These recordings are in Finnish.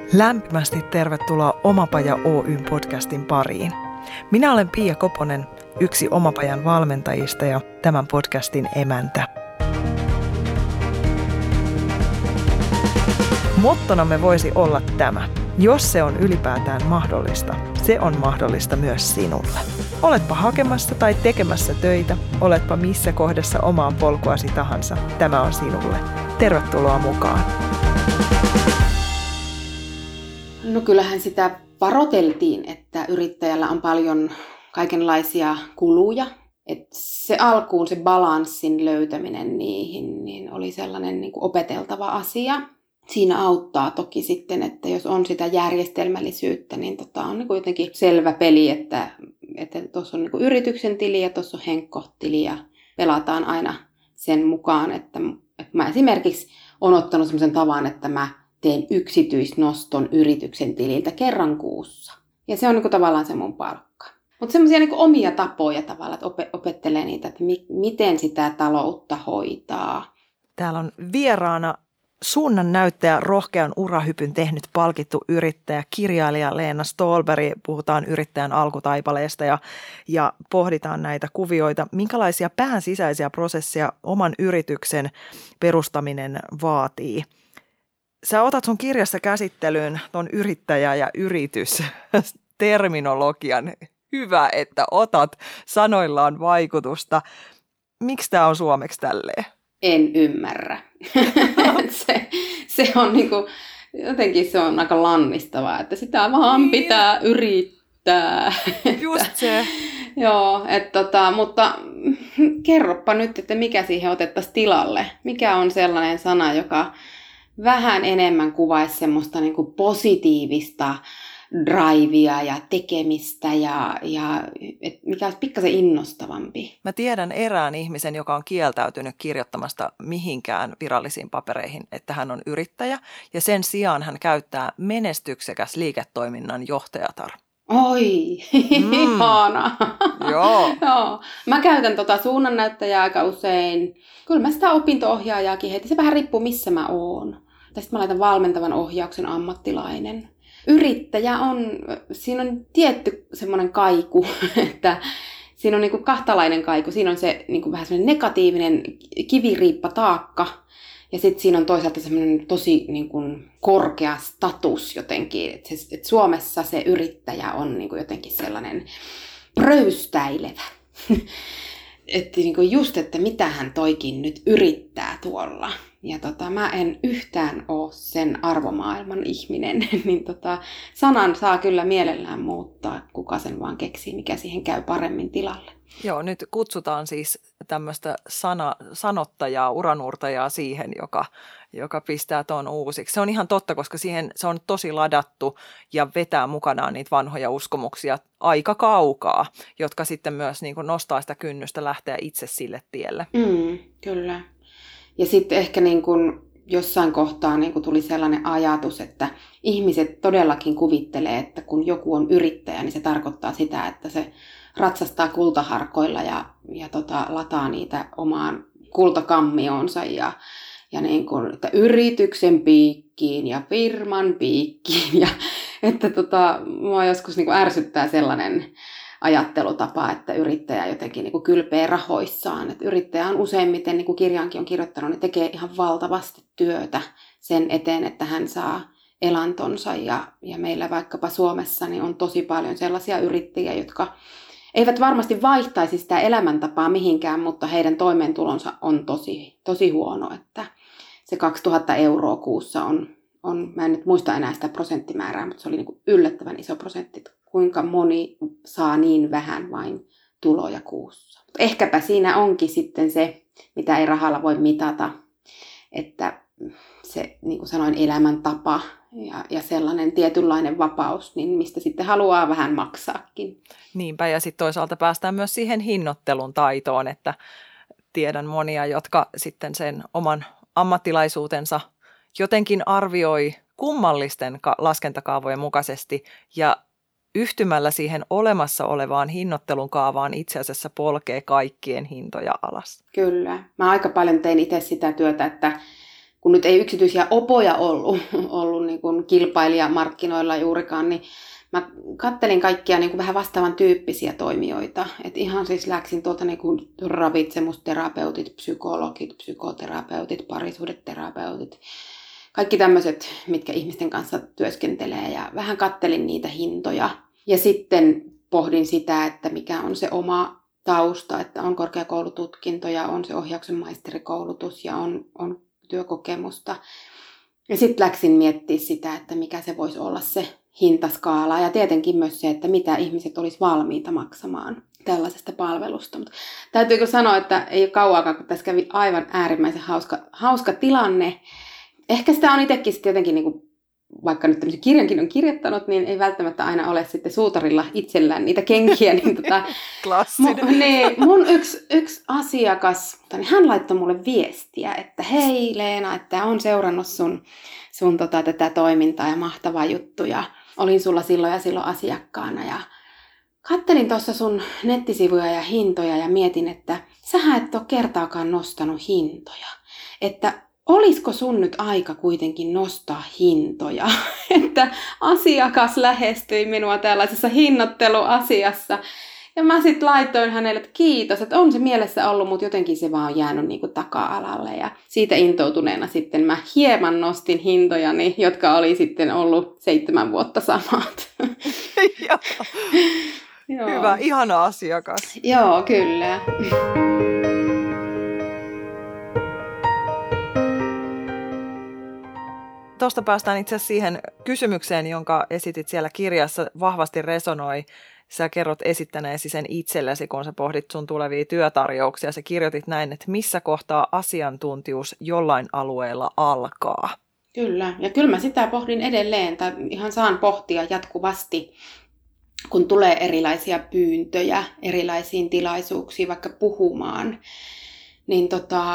Lämpimästi tervetuloa Omapaja Oyn podcastin pariin. Minä olen Pia Koponen, yksi Omapajan valmentajista ja tämän podcastin emäntä. Mottonamme voisi olla tämä. Jos se on ylipäätään mahdollista, se on mahdollista myös sinulle. Oletpa hakemassa tai tekemässä töitä, oletpa missä kohdassa omaa polkuasi tahansa, tämä on sinulle. Tervetuloa mukaan. No kyllähän sitä varoteltiin, että yrittäjällä on paljon kaikenlaisia kuluja. Et se alkuun se balanssin löytäminen niihin niin oli sellainen niin kuin opeteltava asia. Siinä auttaa toki sitten, että jos on sitä järjestelmällisyyttä, niin on niin kuin jotenkin selvä peli, että tuossa on niin kuin yrityksen tili ja tuossa on Henkko-tili ja pelataan aina sen mukaan, että mä esimerkiksi olen ottanut sellaisen tavan, että mä teen yksityisnoston yrityksen tililtä kerran kuussa. Ja se on niin kuin tavallaan se mun palkka. Mutta semmoisia niin kuin omia tapoja tavallaan, että opettelee niitä, että miten sitä taloutta hoitaa. Täällä on vieraana suunnannäyttäjä, rohkean urahypyn tehnyt palkittu yrittäjä, kirjailija Leena Ståhlberg. Puhutaan yrittäjän alkutaipaleesta ja pohditaan näitä kuvioita. Minkälaisia pään sisäisiä prosesseja oman yrityksen perustaminen vaatii? Sä otat sun kirjassa käsittelyyn ton yrittäjä ja yritys terminologian. Hyvä, että otat, sanoillaan vaikutusta. Miksi tämä on suomeksi tälleen? En ymmärrä. se on niinku, jotenkin se on aika lannistavaa, että sitä vaan pitää yrittää. Just se. Joo, mutta kerropa nyt, että mikä siihen otettaisiin tilalle. Mikä on sellainen sana, joka vähän enemmän kuvaisi semmoista niinku positiivista drivea ja tekemistä ja mikä olisi pikkasen innostavampi. Mä tiedän erään ihmisen, joka on kieltäytynyt kirjoittamasta mihinkään virallisiin papereihin, että hän on yrittäjä ja sen sijaan hän käyttää menestyksekäs liiketoiminnan johtajatar. Oi, ihana. Joo. Joo. Mä käytän suunnannäyttäjää aika usein. Kyllä mä sitä opinto-ohjaajaakin heti. Se vähän riippuu missä mä oon. Tai sitten mä laitan valmentavan ohjauksen ammattilainen. Yrittäjä siinä on tietty semmoinen kaiku, että siinä on niinku kahtalainen kaiku. Siinä on se niinku vähän semmoinen negatiivinen kiviriippataakka ja sitten siinä on toisaalta semmoinen tosi niinku korkea status jotenkin. Et Suomessa se yrittäjä on niinku jotenkin sellainen pröystäilevä. Että niinku just, että mitähän toikin nyt yrittää tuolla. Ja mä en yhtään ole sen arvomaailman ihminen, niin sanan saa kyllä mielellään muuttaa, kuka sen vaan keksii, mikä siihen käy paremmin tilalle. Joo, nyt kutsutaan siis tämmöistä sanottajaa, uranuurtajaa siihen, joka pistää tuon uusiksi. Se on ihan totta, koska siihen se on tosi ladattu ja vetää mukanaan niitä vanhoja uskomuksia aika kaukaa, jotka sitten myös niin kuin nostaa sitä kynnystä lähteä itse sille tielle. Kyllä. Ja sitten ehkä niin kun jossain kohtaa niin kun tuli sellainen ajatus, että ihmiset todellakin kuvittelee, että kun joku on yrittäjä, niin se tarkoittaa sitä, että se ratsastaa kultaharkoilla ja lataa niitä omaan kultakammioonsa ja niin kun, että yrityksen piikkiin ja firman piikkiin. Ja että mua joskus niin kun ärsyttää sellainen ajattelutapa, että yrittäjä jotenkin niin kuin kylpee rahoissaan. Että yrittäjä on useimmiten, niin kuin kirjaankin on kirjoittanut, niin tekee ihan valtavasti työtä sen eteen, että hän saa elantonsa. Ja meillä vaikkapa Suomessa niin on tosi paljon sellaisia yrittäjiä, jotka eivät varmasti vaihtaisi sitä elämäntapaa mihinkään, mutta heidän toimeentulonsa on tosi huono. Että se 2000 € kuussa on, mä en nyt muista enää sitä prosenttimäärää, mutta se oli niin kuin yllättävän iso prosentti, kuinka moni saa niin vähän vain tuloja kuussa. Ehkäpä siinä onkin sitten se, mitä ei rahalla voi mitata, että se, niin kuin sanoin, elämäntapa ja sellainen tietynlainen vapaus, niin mistä sitten haluaa vähän maksaakin. Niinpä, ja sitten toisaalta päästään myös siihen hinnoittelun taitoon, että tiedän monia, jotka sitten sen oman ammattilaisuutensa jotenkin arvioi kummallisten laskentakaavojen mukaisesti ja yhtymällä siihen olemassa olevaan hinnoittelun kaavaan itse asiassa polkee kaikkien hintoja alas. Kyllä. Mä aika paljon tein itse sitä työtä, että kun nyt ei yksityisiä opoja ollut niin kuin kilpailijamarkkinoilla juurikaan, niin mä kattelin kaikkia niin kuin vähän vastaavan tyyppisiä toimijoita. Et ihan siis läksin tuolta niin kuin ravitsemusterapeutit, psykologit, psykoterapeutit, parisuhdeterapeutit. Kaikki tämmöiset, mitkä ihmisten kanssa työskentelee ja vähän kattelin niitä hintoja. Ja sitten pohdin sitä, että mikä on se oma tausta, että on korkeakoulututkinto ja on se ohjauksen maisterikoulutus ja on työkokemusta. Ja sitten läksin miettimään sitä, että mikä se voisi olla se hintaskaala ja tietenkin myös se, että mitä ihmiset olisi valmiita maksamaan tällaisesta palvelusta. Mutta täytyykö sanoa, että ei ole kauaakaan, kun tässä kävi aivan äärimmäisen hauska tilanne. Ehkä sitä on itsekin sitten jotenkin, niin kuin, vaikka nyt tämmöisen kirjankin on kirjoittanut, niin ei välttämättä aina ole sitten suutarilla itsellään niitä kenkiä. Niin Klassinen. Mun yksi asiakas, niin hän laittoi mulle viestiä, että hei Leena, että on seurannut sun tätä toimintaa ja mahtavaa juttu. Ja olin sulla silloin ja silloin asiakkaana ja kattelin tuossa sun nettisivuja ja hintoja ja mietin, että sähän et ole kertaakaan nostanut hintoja. Että olisiko sun nyt aika kuitenkin nostaa hintoja? Että asiakas lähestyi minua tällaisessa hinnoitteluasiassa. Ja mä sitten laitoin hänelle, että kiitos, että on se mielessä ollut, mutta jotenkin se vaan on jäänyt niinku taka-alalle. Ja siitä intoutuneena sitten mä hieman nostin hintojani, jotka oli sitten ollut 7 vuotta samat. Joo. Hyvä, ihana asiakas. Joo, kyllä. Tuosta päästään itse asiassa siihen kysymykseen, jonka esitit siellä kirjassa, vahvasti resonoi. Sä kerrot esittäneesi sen itsellesi, kun sä pohdit sun tulevia työtarjouksia. Sä kirjoitit näin, että missä kohtaa asiantuntijuus jollain alueella alkaa. Kyllä, ja kyllä mä sitä pohdin edelleen, tai ihan saan pohtia jatkuvasti, kun tulee erilaisia pyyntöjä erilaisiin tilaisuuksiin, vaikka puhumaan, niin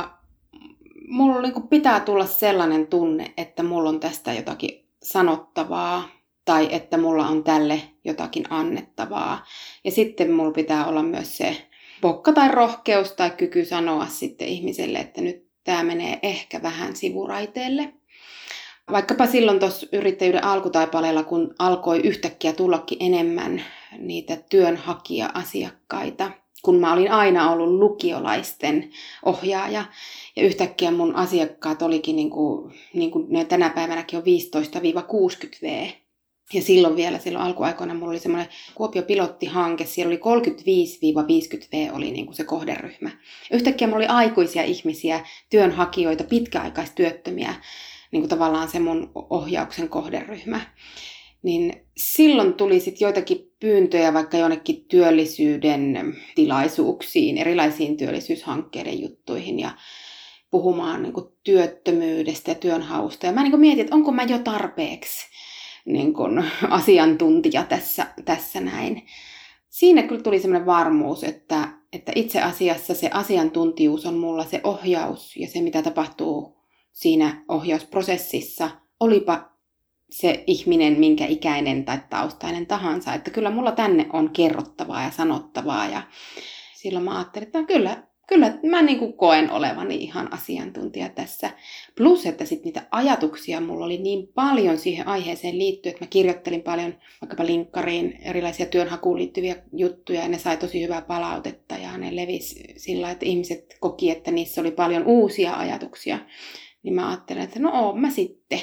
mulla niin kuin pitää tulla sellainen tunne, että mulla on tästä jotakin sanottavaa tai että mulla on tälle jotakin annettavaa. Ja sitten mulla pitää olla myös se pokka tai rohkeus tai kyky sanoa sitten ihmiselle, että nyt tämä menee ehkä vähän sivuraiteelle. Vaikkapa silloin tuossa yrittäjyyden alkutaipaleella, kun alkoi yhtäkkiä tullakin enemmän niitä työnhakija-asiakkaita, kun mä olin aina ollut lukiolaisten ohjaaja. Ja yhtäkkiä mun asiakkaat olikin niin kuin ne tänä päivänäkin on 15-60V. Ja silloin alkuaikoina mulla oli semmoinen Kuopio-pilottihanke, siellä oli 35-50V oli niin kuin se kohderyhmä. Yhtäkkiä mulla oli aikuisia ihmisiä, työnhakijoita, pitkäaikaistyöttömiä, niin kuin tavallaan se mun ohjauksen kohderyhmä. Niin silloin tuli sitten joitakin pyyntöjä vaikka jonnekin työllisyyden tilaisuuksiin, erilaisiin työllisyyshankkeiden juttuihin ja puhumaan niin kuin työttömyydestä ja työnhausta. Ja mä niin kuin mietin, että onko mä jo tarpeeksi niin kuin asiantuntija tässä näin. Siinä kyllä tuli semmoinen varmuus, että itse asiassa se asiantuntijuus on mulla se ohjaus ja se, mitä tapahtuu siinä ohjausprosessissa, olipa se ihminen minkä ikäinen tai taustainen tahansa. Että kyllä mulla tänne on kerrottavaa ja sanottavaa. Ja silloin mä ajattelin, että kyllä mä niin kuin koen olevani ihan asiantuntija tässä. Plus, että sitten niitä ajatuksia mulla oli niin paljon siihen aiheeseen liittyen, että mä kirjoittelin paljon vaikkapa linkkariin erilaisia työnhakuun liittyviä juttuja ja ne sai tosi hyvää palautetta ja ne levisi sillä, että ihmiset koki, että niissä oli paljon uusia ajatuksia. Niin mä ajattelin, että no oon mä sitten.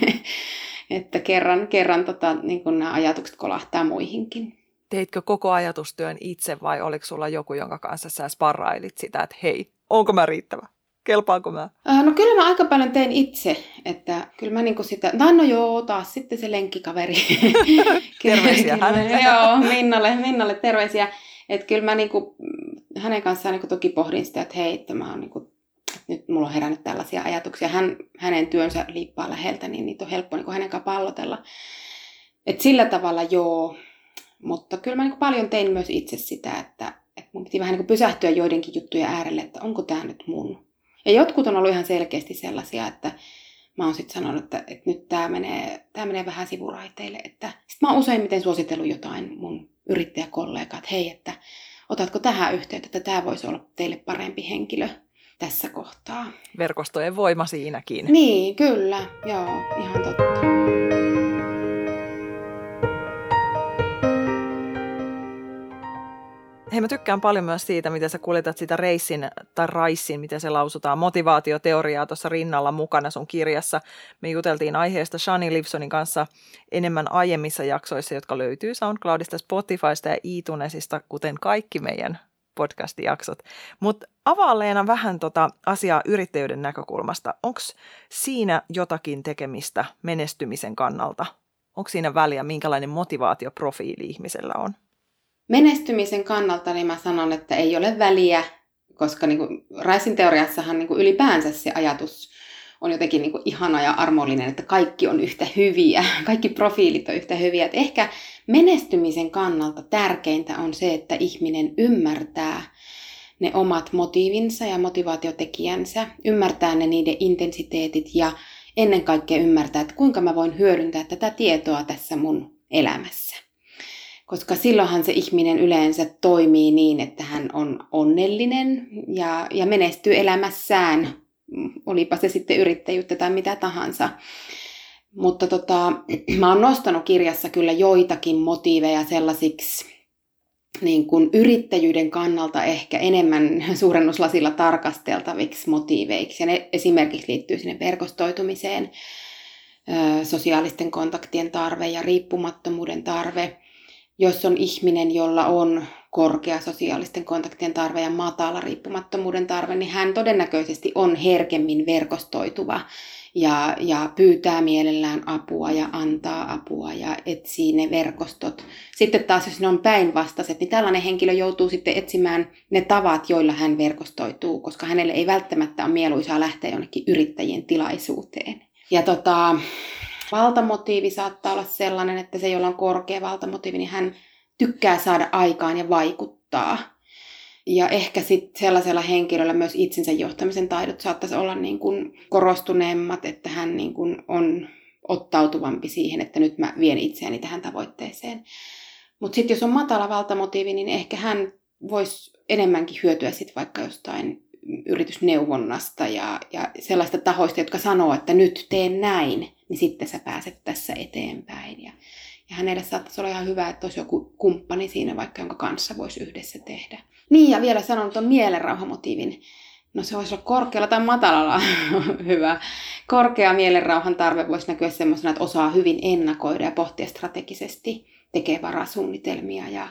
Että kerran niin kun nämä ajatukset kolahtaa muihinkin. Teitkö koko ajatustyön itse vai oliko sulla joku, jonka kanssa sä sparrailit sitä, että hei, onko mä riittävä? Kelpaanko mä? No kyllä mä aika paljon tein itse, että kyllä mä niinku sitä, no joo, taas sitten se lenkkikaveri. Terveisiä hänelle. Joo, Minnalle terveisiä. Että kyllä mä niinku, hänen kanssaan niinku toki pohdin sitä, että hei, että mä oon niinku, nyt mulla on herännyt tällaisia ajatuksia. Hänen työnsä liippaa läheltä, niin niitä on helppo niinku hänen kanssaan pallotella. Että sillä tavalla joo. Mutta kyllä mä niin paljon tein myös itse sitä, että mun piti vähän niin pysähtyä joidenkin juttujen äärelle, että onko tämä nyt mun. Ja jotkut on ollut ihan selkeästi sellaisia, että mä oon sitten sanonut, että nyt tämä menee vähän sivuraiteille. Sitten mä oon useimmiten suositellut jotain mun yrittäjäkollegaa, että hei, että otatko tähän yhteyttä, että tämä voisi olla teille parempi henkilö tässä kohtaa. Verkostojen voima siinäkin. Niin, kyllä. Joo, ihan totta. Hei, mä tykkään paljon myös siitä, miten sä kuljetat sitä raissin, miten se lausutaan, motivaatioteoriaa tuossa rinnalla mukana sun kirjassa. Me juteltiin aiheesta Shani Lifsonin kanssa enemmän aiemmissa jaksoissa, jotka löytyy SoundCloudista, Spotifysta ja iTunesista, kuten kaikki meidän podcast-jaksot. Mutta avaa Leena vähän asiaa yrittäjyyden näkökulmasta. Onko siinä jotakin tekemistä menestymisen kannalta? Onko siinä väliä, minkälainen motivaatioprofiili ihmisellä on? Menestymisen kannalta niin mä sanon, että ei ole väliä, koska niin kuin Ricein teoriassahan niin kuin ylipäänsä se ajatus on jotenkin niin kuin ihana ja armollinen, että kaikki on yhtä hyviä, kaikki profiilit on yhtä hyviä. Et ehkä menestymisen kannalta tärkeintä on se, että ihminen ymmärtää ne omat motiivinsa ja motivaatiotekijänsä, ymmärtää ne niiden intensiteetit ja ennen kaikkea ymmärtää, että kuinka mä voin hyödyntää tätä tietoa tässä mun elämässä. Koska silloinhan se ihminen yleensä toimii niin, että hän on onnellinen ja menestyy elämässään, olipa se sitten yrittäjyyttä tai mitä tahansa. Mutta mä oon nostanut kirjassa kyllä joitakin motiiveja sellaisiksi niin kuin yrittäjyyden kannalta ehkä enemmän suurennuslasilla tarkasteltaviksi motiiveiksi. Ja ne esimerkiksi liittyy sinne verkostoitumiseen, sosiaalisten kontaktien tarve ja riippumattomuuden tarve. Jos on ihminen, jolla on korkea sosiaalisten kontaktien tarve ja matala riippumattomuuden tarve, niin hän todennäköisesti on herkemmin verkostoituva ja pyytää mielellään apua ja antaa apua ja etsii ne verkostot. Sitten taas, jos ne on päinvastaiset, niin tällainen henkilö joutuu sitten etsimään ne tavat, joilla hän verkostoituu, koska hänelle ei välttämättä ole mieluisaa lähteä jonnekin yrittäjien tilaisuuteen. Ja valtamotiivi saattaa olla sellainen, että se, jolla on korkea valtamotiivi, niin hän tykkää saada aikaan ja vaikuttaa. Ja ehkä sitten sellaisella henkilöllä myös itsensä johtamisen taidot saattaisi olla niin kuin korostuneemmat, että hän niin kuin on ottautuvampi siihen, että nyt mä vien itseäni tähän tavoitteeseen. Mutta sitten jos on matala valtamotiivi, niin ehkä hän voisi enemmänkin hyötyä sitten vaikka jostain yritysneuvonnasta ja sellaista tahoista, jotka sanoo, että nyt teen näin, niin sitten sä pääset tässä eteenpäin. Ja hänelle saattaisi olla ihan hyvä, että olisi joku kumppani siinä vaikka, jonka kanssa voisi yhdessä tehdä. Niin, ja vielä sanon tuon mielenrauhamotiivin. No se voisi olla korkealla tai matalalla hyvä. Korkea mielenrauhan tarve voisi näkyä semmoisena, että osaa hyvin ennakoida ja pohtia strategisesti, tekee varasuunnitelmia ja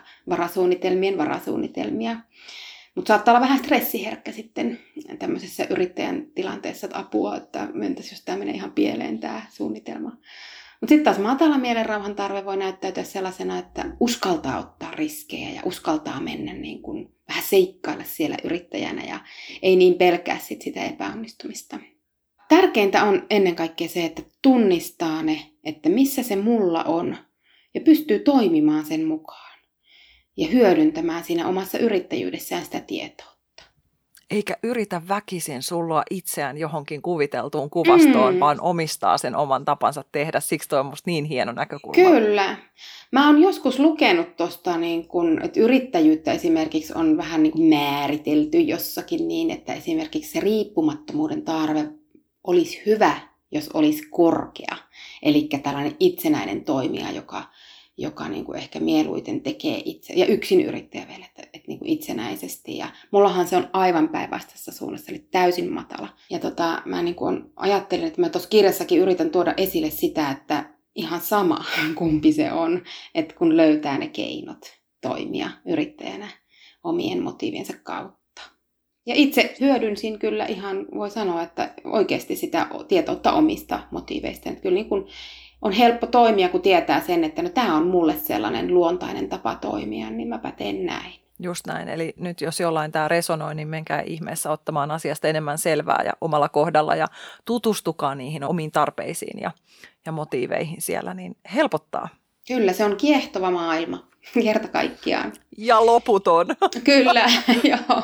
varasuunnitelmia. Mutta saattaa olla vähän stressiherkkä sitten tämmöisessä yrittäjän tilanteessa, että apua, että mentäisi, jos tämä menee ihan pieleen tämä suunnitelma. Mutta sitten taas matala mielenrauhan tarve voi näyttäytyä sellaisena, että uskaltaa ottaa riskejä ja uskaltaa mennä niin kuin vähän seikkailla siellä yrittäjänä ja ei niin pelkää sitä epäonnistumista. Tärkeintä on ennen kaikkea se, että tunnistaa ne, että missä se mulla on ja pystyy toimimaan sen mukaan ja hyödyntämään siinä omassa yrittäjyydessään sitä tietoutta. Eikä yritä väkisin sulloa itseään johonkin kuviteltuun kuvastoon, vaan omistaa sen oman tapansa tehdä. Siksi toi on musta niin hieno näkökulma. Kyllä. Mä oon joskus lukenut tuosta, että yrittäjyyttä esimerkiksi on vähän niin kuin määritelty jossakin niin, että esimerkiksi se riippumattomuuden tarve olisi hyvä, jos olisi korkea. Eli tällainen itsenäinen toimija, joka niin kuin ehkä mieluiten tekee itse, ja yksin yrittäjä vielä, että niin kuin itsenäisesti. Ja mullahan se on aivan päinvastaisessa suunnassa, eli täysin matala. Ja mä niin kuin ajattelin, että mä tuossa kirjassakin yritän tuoda esille sitä, että ihan sama kumpi se on, että kun löytää ne keinot toimia yrittäjänä omien motiiviensa kautta. Ja itse hyödynsin kyllä ihan, voi sanoa, että oikeasti sitä tietoutta omista motiiveista. Että kyllä niin kuin on helppo toimia, kun tietää sen, että no, tämä on mulle sellainen luontainen tapa toimia, niin mäpä teen näin. Just näin. Eli nyt jos jollain tämä resonoi, niin menkää ihmeessä ottamaan asiasta enemmän selvää ja omalla kohdalla ja tutustukaa niihin omiin tarpeisiin ja motiiveihin siellä, niin helpottaa. Kyllä, se on kiehtova maailma, kerta kaikkiaan. Ja loputon. Kyllä, joo.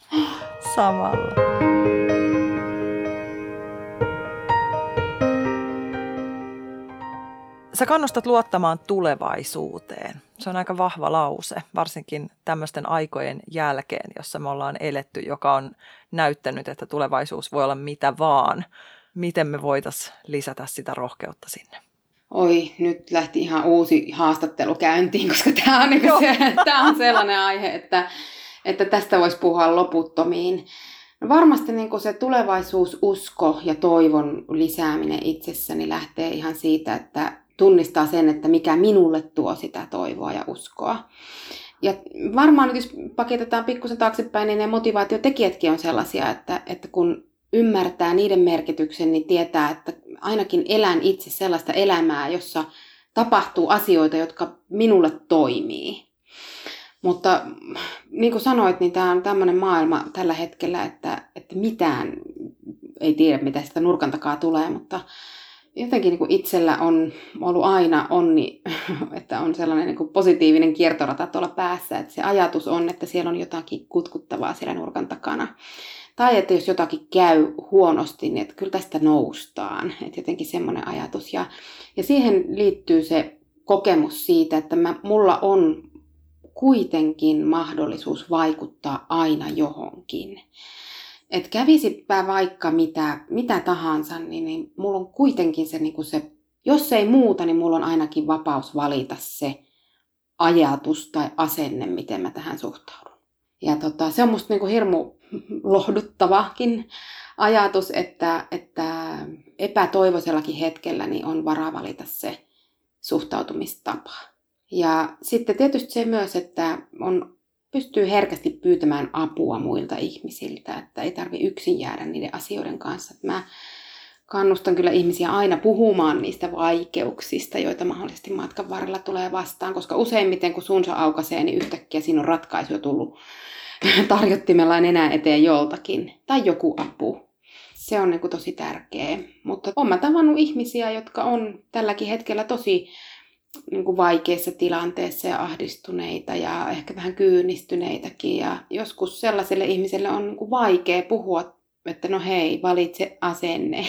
Samalla. Sä kannustat luottamaan tulevaisuuteen. Se on aika vahva lause, varsinkin tämmöisten aikojen jälkeen, jossa me ollaan eletty, joka on näyttänyt, että tulevaisuus voi olla mitä vaan. Miten me voitaisiin lisätä sitä rohkeutta sinne? Oi, nyt lähti ihan uusi haastattelu käyntiin, koska tämä on sellainen aihe, että tästä voisi puhua loputtomiin. No varmasti niin kuin se tulevaisuususko ja toivon lisääminen itsessäni lähtee ihan siitä, että tunnistaa sen, että mikä minulle tuo sitä toivoa ja uskoa. Ja varmaan nyt jos pakitetaan pikkusen taaksepäin, niin ne motivaatiotekijätkin on sellaisia, että kun ymmärtää niiden merkityksen, niin tietää, että ainakin elän itse sellaista elämää, jossa tapahtuu asioita, jotka minulle toimii. Mutta niin kuin sanoit, niin tämä on tämmöinen maailma tällä hetkellä, että mitään ei tiedä, mitä sitä nurkan takaa tulee, mutta jotenkin niin kuin itsellä on ollut aina onni, että on sellainen niin kuin positiivinen kiertorata tuolla päässä, että se ajatus on, että siellä on jotakin kutkuttavaa siellä nurkan takana. Tai että jos jotakin käy huonosti, niin että kyllä tästä noustaan. Että jotenkin semmoinen ajatus. Ja siihen liittyy se kokemus siitä, että mulla on kuitenkin mahdollisuus vaikuttaa aina johonkin. Että kävisipä vaikka mitä tahansa, niin mulla on kuitenkin se, niin kuin se, jos ei muuta, niin mulla on ainakin vapaus valita se ajatus tai asenne, miten mä tähän suhtaudun. Ja se on musta niin kuin hirmu lohduttavakin ajatus, että epätoivoisellakin hetkellä niin on varaa valita se suhtautumistapa. Ja sitten tietysti se myös, että pystyy herkästi pyytämään apua muilta ihmisiltä, että ei tarvitse yksin jäädä niiden asioiden kanssa. Mä kannustan kyllä ihmisiä aina puhumaan niistä vaikeuksista, joita mahdollisesti matkan varrella tulee vastaan, koska useimmiten kun suunsa aukaisee, niin yhtäkkiä siinä on ratkaisu tullut tarjottimella nenää eteen joltakin, tai joku apu. Se on niin kuin tosi tärkeä. Mutta olen mä tavannut ihmisiä, jotka on tälläkin hetkellä tosi niin kuin vaikeassa tilanteessa ja ahdistuneita ja ehkä vähän kyynistyneitäkin. Ja joskus sellaiselle ihmiselle on niin kuin vaikea puhua, että no hei, valitse asenne.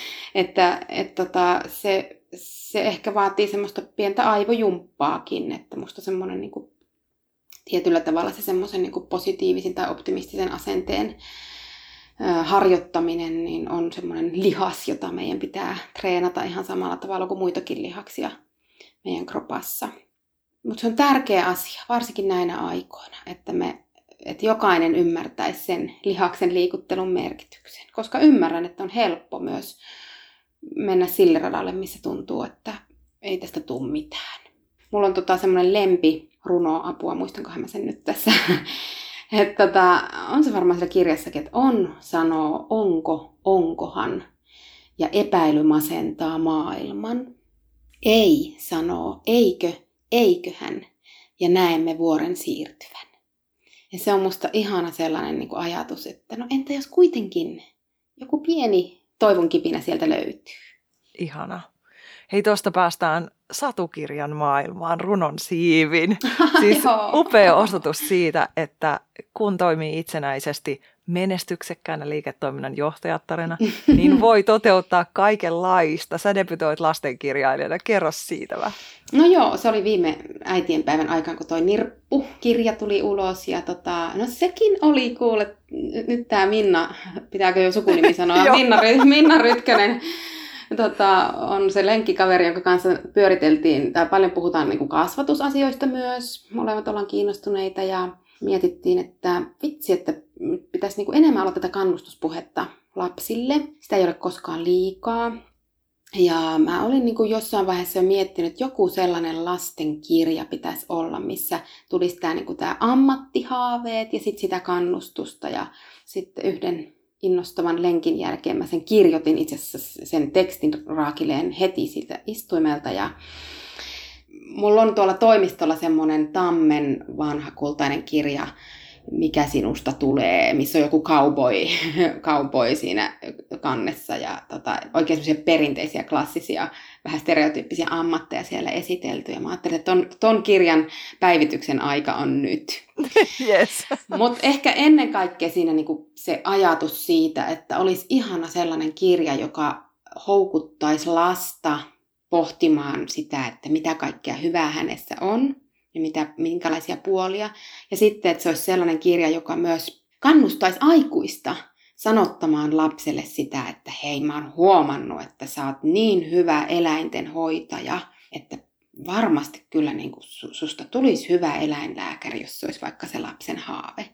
Se ehkä vaatii semmoista pientä aivojumppaakin, että musta semmoinen niin kuin tietyllä tavalla se semmoisen niin kuin positiivisen tai optimistisen asenteen harjoittaminen niin on semmoinen lihas, jota meidän pitää treenata ihan samalla tavalla kuin muitakin lihaksia meidän kropassa. Mutta se on tärkeä asia, varsinkin näinä aikoina, että jokainen ymmärtäisi sen lihaksen liikuttelun merkityksen. Koska ymmärrän, että on helppo myös mennä sille radalle, missä tuntuu, että ei tästä tule mitään. Mulla on semmoinen lempiruno-apua, muistankohan mä sen nyt tässä. On se varmaan siellä kirjassakin, että on sanoo onko, onkohan ja epäily masentaa maailman. Ei sanoo eikö, eiköhän ja näemme vuoren siirtyvän. Ja se on musta ihana sellainen niin kuin ajatus, että no entä jos kuitenkin joku pieni toivonkipinä sieltä löytyy. Ihana. Hei, tuosta päästään satukirjan maailmaan, runon siivin. Siis upea osoitus siitä, että kun toimii itsenäisesti menestyksekkäänä liiketoiminnan johtajattarena, niin voi toteuttaa kaikenlaista. Sä debytoit lastenkirjailijana. Kerro siitä vähän. No joo, se oli viime äitienpäivän aikaan, kun toi Nirppu-kirja tuli ulos. Ja no sekin oli, kuule, nyt tää Minna, pitääkö jo sukunimi sanoa, Minna Rytkönen. On se lenkkikaveri, jonka kanssa pyöriteltiin, tai paljon puhutaan niin kuin kasvatusasioista myös. Molemmat ollaan kiinnostuneita ja mietittiin, että vitsi, että pitäisi niin kuin enemmän olla tätä kannustuspuhetta lapsille. Sitä ei ole koskaan liikaa. Ja mä olin niin kuin jossain vaiheessa jo miettinyt, että joku sellainen lastenkirja pitäisi olla, missä tulisi tämä, niin kuin tämä ammattihaaveet ja sitten sitä kannustusta ja sitten yhden innostavan lenkin jälkeen mä sen kirjoitin itse asiassa sen tekstin raakileen heti siitä istuimelta. Ja mulla on tuolla toimistolla semmoinen Tammen vanha kultainen kirja, Mikä sinusta tulee, missä on joku cowboy siinä kannessa ja oikein semmoisia perinteisiä, klassisia, vähän stereotyyppisiä ammatteja siellä esitelty. Ja mä ajattelin, että ton kirjan päivityksen aika on nyt. Yes. Mutta ehkä ennen kaikkea siinä niinku se ajatus siitä, että olisi ihana sellainen kirja, joka houkuttaisi lasta pohtimaan sitä, että mitä kaikkea hyvää hänessä on. ja minkälaisia puolia. Ja sitten, että se olisi sellainen kirja, joka myös kannustaisi aikuista sanottamaan lapselle sitä, että hei, mä oon huomannut, että sä oot niin hyvä eläinten hoitaja, että varmasti kyllä niin kuin susta tulisi hyvä eläinlääkäri, jos se olisi vaikka se lapsen haave.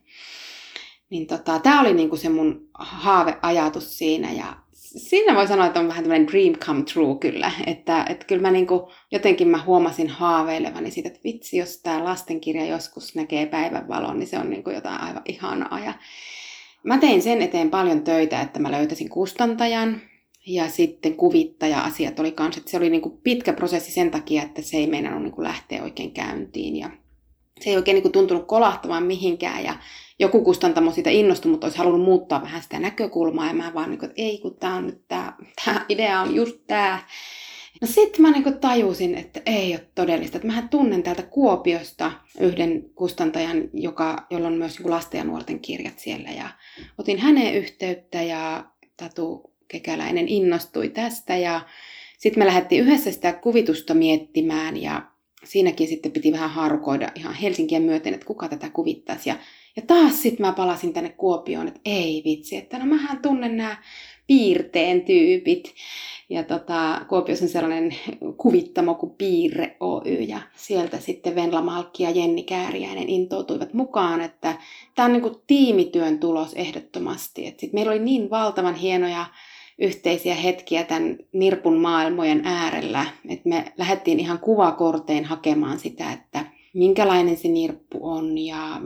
Niin tämä oli niin kuin se mun haaveajatus siinä, ja siinä voi sanoa, että on vähän tämmöinen dream come true kyllä, että kyllä mä niin kuin, jotenkin mä huomasin haaveilevani siitä, että vitsi, jos tämä lastenkirja joskus näkee päivänvalon, niin se on niin kuin jotain aivan ihanaa. Ja mä tein sen eteen paljon töitä, että mä löytäisin kustantajan, ja sitten kuvittaja-asiat oli kanssa, että se oli niin kuin pitkä prosessi sen takia, että se ei meinannut niin kuin lähteä oikein käyntiin, ja se ei oikein niin kuin tuntunut kolahtamaan mihinkään, ja joku kustantamo siitä innostui, mutta olisi halunnut muuttaa vähän sitä näkökulmaa, ja mä vaan niin kuin, että ei, kun tämä idea on just tämä. No sitten mä niin kuin tajusin, että ei ole todellista. Että mähän tunnen täältä Kuopiosta yhden kustantajan, jolla on myös niin kuin lasten ja nuorten kirjat siellä, ja otin häneen yhteyttä, ja Tatu Kekäläinen innostui tästä, ja sitten me lähdettiin yhdessä sitä kuvitusta miettimään, ja siinäkin sitten piti vähän harukoida ihan Helsinkiä myöten, että kuka tätä kuvittaisi. Ja taas sitten mä palasin tänne Kuopioon, että ei vitsi, että no mähän tunnen nämä piirteen tyypit. Ja Kuopiossa on sellainen kuvittamo kuin Piirre Oy, ja sieltä sitten Venla Malkki ja Jenni Kääriäinen intoutuivat mukaan, että tämä on niin kuin tiimityön tulos ehdottomasti. Sitten meillä oli niin valtavan hienoja yhteisiä hetkiä tämän nirpun maailmojen äärellä, että me lähdettiin ihan kuvakortein hakemaan sitä, että minkälainen se nirppu on ja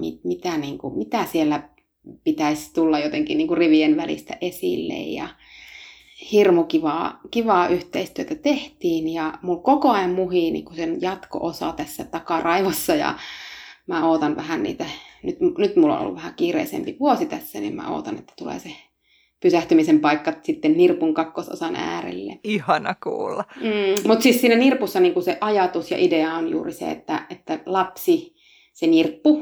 mitä siellä pitäisi tulla jotenkin niin kuin rivien välistä esille. Ja hirmu kivaa yhteistyötä tehtiin, ja mulla koko ajan muhii niin kuin sen jatko-osa tässä takaraivossa, ja mä ootan vähän niitä, nyt mulla on ollut vähän kiireisempi vuosi tässä, niin mä ootan, että tulee se pysähtymisen paikka sitten nirpun kakkososan äärelle. Ihana kuulla. Mutta siis siinä nirpussa niin kuin se ajatus ja idea on juuri se, että lapsi, se nirppu,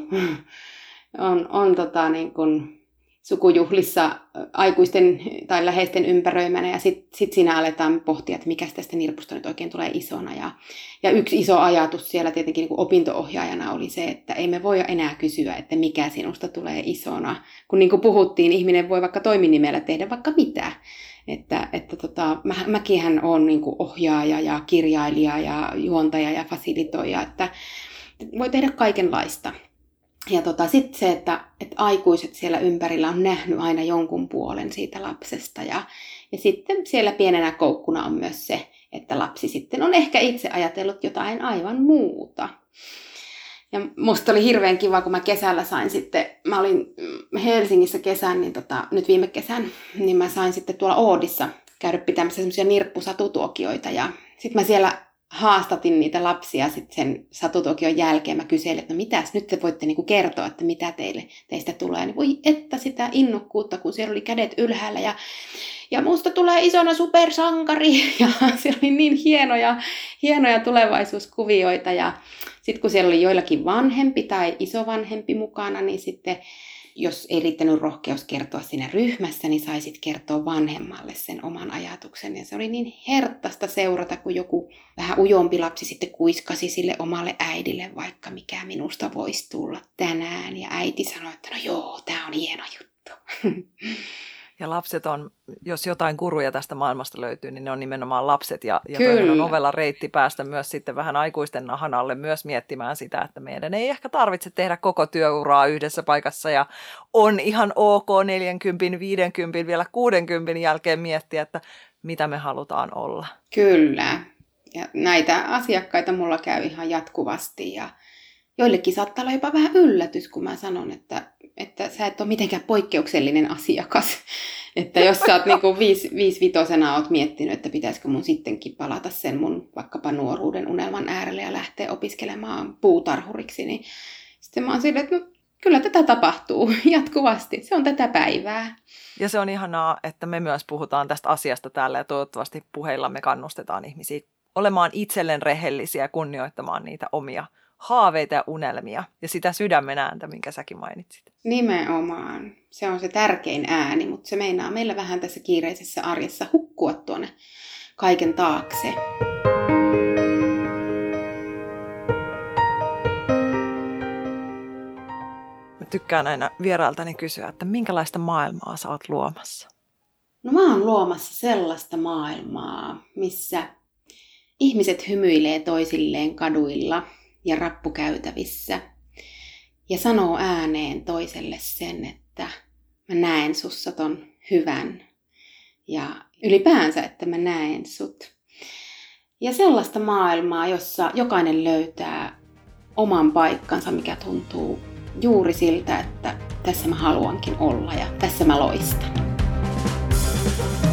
on niin kuin sukujuhlissa aikuisten tai läheisten ympäröimänä, ja sit siinä aletaan pohtia, että mikä tästä nirpusta nyt oikein tulee isona. Ja yksi iso ajatus siellä tietenkin niin kuin opinto-ohjaajana oli se, että ei me voi enää kysyä, että mikä sinusta tulee isona. Kun niin kuin puhuttiin, ihminen voi vaikka toiminimellä tehdä vaikka mitä. Mäkinhän olen niin kuin ohjaaja ja kirjailija ja juontaja ja fasilitoija, että voi tehdä kaikenlaista. Ja sitten se, että aikuiset siellä ympärillä on nähnyt aina jonkun puolen siitä lapsesta. Ja sitten siellä pienenä koukkuna on myös se, että lapsi sitten on ehkä itse ajatellut jotain aivan muuta. Ja musta oli hirveän kiva, kun mä kesällä sain sitten, mä olin Helsingissä kesän, niin nyt viime kesän, niin mä sain sitten tuolla Oodissa käydä pitämässä semmoisia nirppusatutuokioita. Ja sitten mä siellä haastatin niitä lapsia sitten sen satutuokion jälkeen. Mä kyselin, että no mitäs, nyt te voitte niinku kertoa, että mitä teistä tulee. Niin voi että sitä innokkuutta, kun siellä oli kädet ylhäällä ja musta tulee isona supersankari. Ja siellä oli niin hienoja tulevaisuuskuvioita. Ja sitten kun siellä oli joillakin vanhempi tai isovanhempi mukana, niin sitten jos ei riittänyt rohkeus kertoa siinä ryhmässä, niin saisit kertoa vanhemmalle sen oman ajatuksen. Ja se oli niin herttaista seurata, kun joku vähän ujompi lapsi sitten kuiskasi sille omalle äidille, vaikka mikä minusta voisi tulla tänään. Ja äiti sanoi, että no joo, tämä on hieno juttu. Ja lapset on, jos jotain guruja tästä maailmasta löytyy, niin ne on nimenomaan lapset. Ja toinen on ovella reitti päästä myös sitten vähän aikuisten nahan alle myös miettimään sitä, että meidän ei ehkä tarvitse tehdä koko työuraa yhdessä paikassa. Ja on ihan ok 40, 50, vielä 60 jälkeen miettiä, että mitä me halutaan olla. Kyllä. Ja näitä asiakkaita mulla käy ihan jatkuvasti. Ja joillekin saattaa olla jopa vähän yllätys, kun mä sanon, että sä et ole mitenkään poikkeuksellinen asiakas. Että jos sä oot niinku 5-vitosena oot miettinyt, että pitäisikö mun sittenkin palata sen mun vaikkapa nuoruuden unelman äärelle ja lähteä opiskelemaan puutarhuriksi, niin sitten mä oon silleen, että no, kyllä tätä tapahtuu jatkuvasti. Se on tätä päivää. Ja se on ihanaa, että me myös puhutaan tästä asiasta täällä ja toivottavasti puheillamme kannustetaan ihmisiä olemaan itselleen rehellisiä ja kunnioittamaan niitä omia haaveita ja unelmia ja sitä sydämen ääntä, minkä säkin mainitsit. Nimenomaan. Se on se tärkein ääni, mutta se meinaa meillä vähän tässä kiireisessä arjessa hukkua tuonne kaiken taakse. tykkään aina vierailtani kysyä, että minkälaista maailmaa sä oot luomassa? No mä oon luomassa sellaista maailmaa, missä ihmiset hymyilee toisilleen kaduilla ja rappukäytävissä ja sanoo ääneen toiselle sen, että mä näen sussa ton hyvän ja ylipäänsä, että mä näen sut. Ja sellaista maailmaa, jossa jokainen löytää oman paikkansa, mikä tuntuu juuri siltä, että tässä mä haluankin olla ja tässä mä loistan.